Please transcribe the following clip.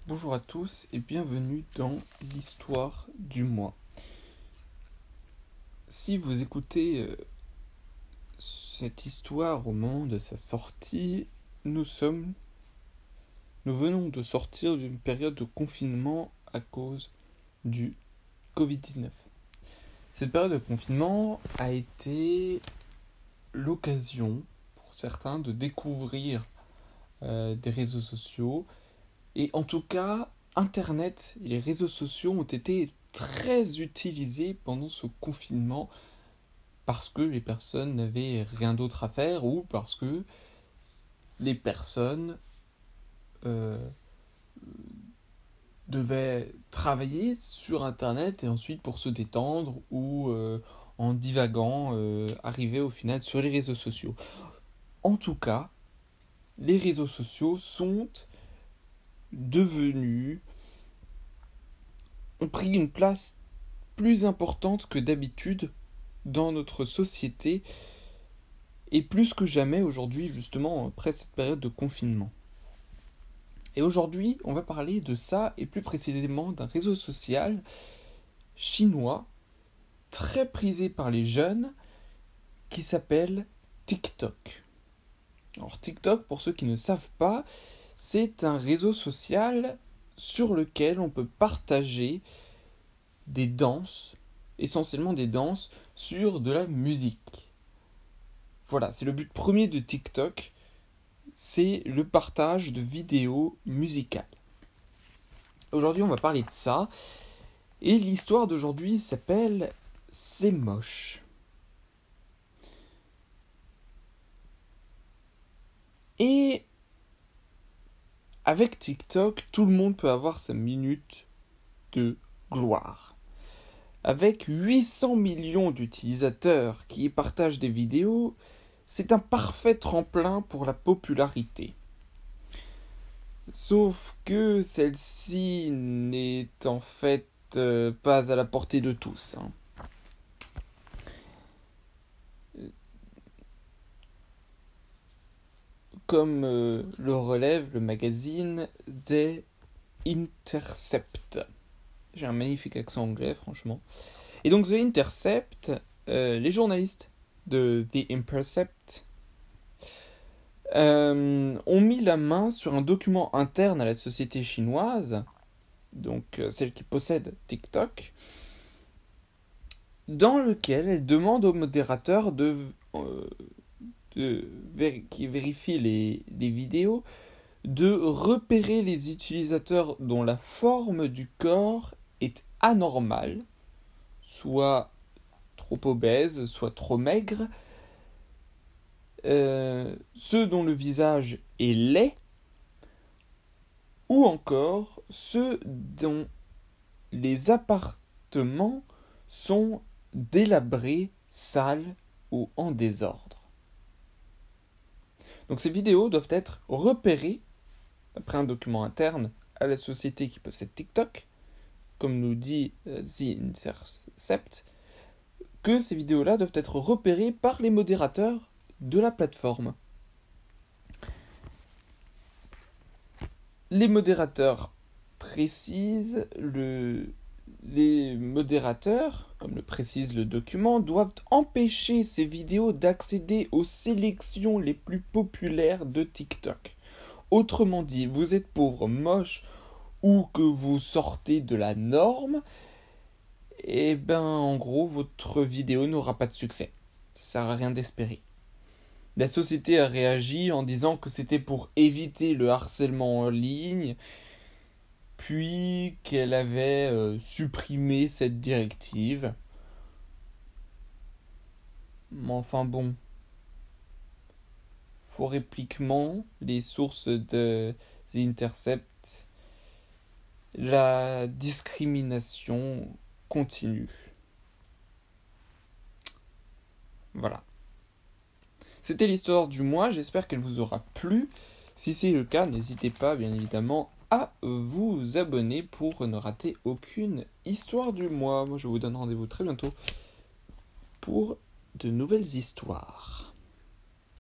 Bonjour à tous et bienvenue dans l'histoire du mois. Si vous écoutez cette histoire au moment de sa sortie, nous venons de sortir d'une période de confinement à cause du Covid-19. Cette période de confinement a été l'occasion pour certains de découvrir des réseaux sociaux. Et en tout cas, Internet et les réseaux sociaux ont été très utilisés pendant ce confinement parce que les personnes n'avaient rien d'autre à faire ou parce que les personnes devaient travailler sur Internet et ensuite pour se détendre ou en divagant arriver au final sur les réseaux sociaux. En tout cas, les réseaux sociaux ont pris une place plus importante que d'habitude dans notre société et plus que jamais aujourd'hui, justement, après cette période de confinement. Et aujourd'hui, on va parler de ça et plus précisément d'un réseau social chinois très prisé par les jeunes qui s'appelle TikTok. Alors TikTok, pour ceux qui ne savent pas, c'est un réseau social sur lequel on peut partager des danses, essentiellement des danses sur de la musique. Voilà, c'est le but premier de TikTok, c'est le partage de vidéos musicales. Aujourd'hui, on va parler de ça, et l'histoire d'aujourd'hui s'appelle « C'est moche ». Et avec TikTok, tout le monde peut avoir sa minute de gloire. Avec 800 millions d'utilisateurs qui y partagent des vidéos, c'est un parfait tremplin pour la popularité. Sauf que celle-ci n'est en fait pas à la portée de tous. Comme le relève le magazine The Intercept. J'ai un magnifique accent anglais, franchement. Et donc, The Intercept, les journalistes de The Intercept ont mis la main sur un document interne à la société chinoise, donc celle qui possède TikTok, dans lequel elle demande aux modérateurs qui vérifient les vidéos de repérer les utilisateurs dont la forme du corps est anormale, soit trop obèse, soit trop maigre, ceux dont le visage est laid, ou encore ceux dont les appartements sont délabrés, sales ou en désordre. Donc ces vidéos doivent être repérées, d'après un document interne à la société qui possède TikTok, comme nous dit The Intercept, que ces vidéos-là doivent être repérées par les modérateurs de la plateforme. Les modérateurs précisent, les modérateurs, comme le précise le document, doivent empêcher ces vidéos d'accéder aux sélections les plus populaires de TikTok. Autrement dit, vous êtes pauvre, moche ou que vous sortez de la norme, et en gros, votre vidéo n'aura pas de succès. Ça sert à rien d'espérer. La société a réagi en disant que c'était pour éviter le harcèlement en ligne, puis qu'elle avait supprimé cette directive. Mais enfin bon, faux répliquement, les sources de The Intercept, la discrimination continue. Voilà. C'était l'histoire du mois, j'espère qu'elle vous aura plu. Si c'est le cas, n'hésitez pas bien évidemment à vous abonner pour ne rater aucune histoire du mois. Moi je vous donne rendez-vous très bientôt pour de nouvelles histoires.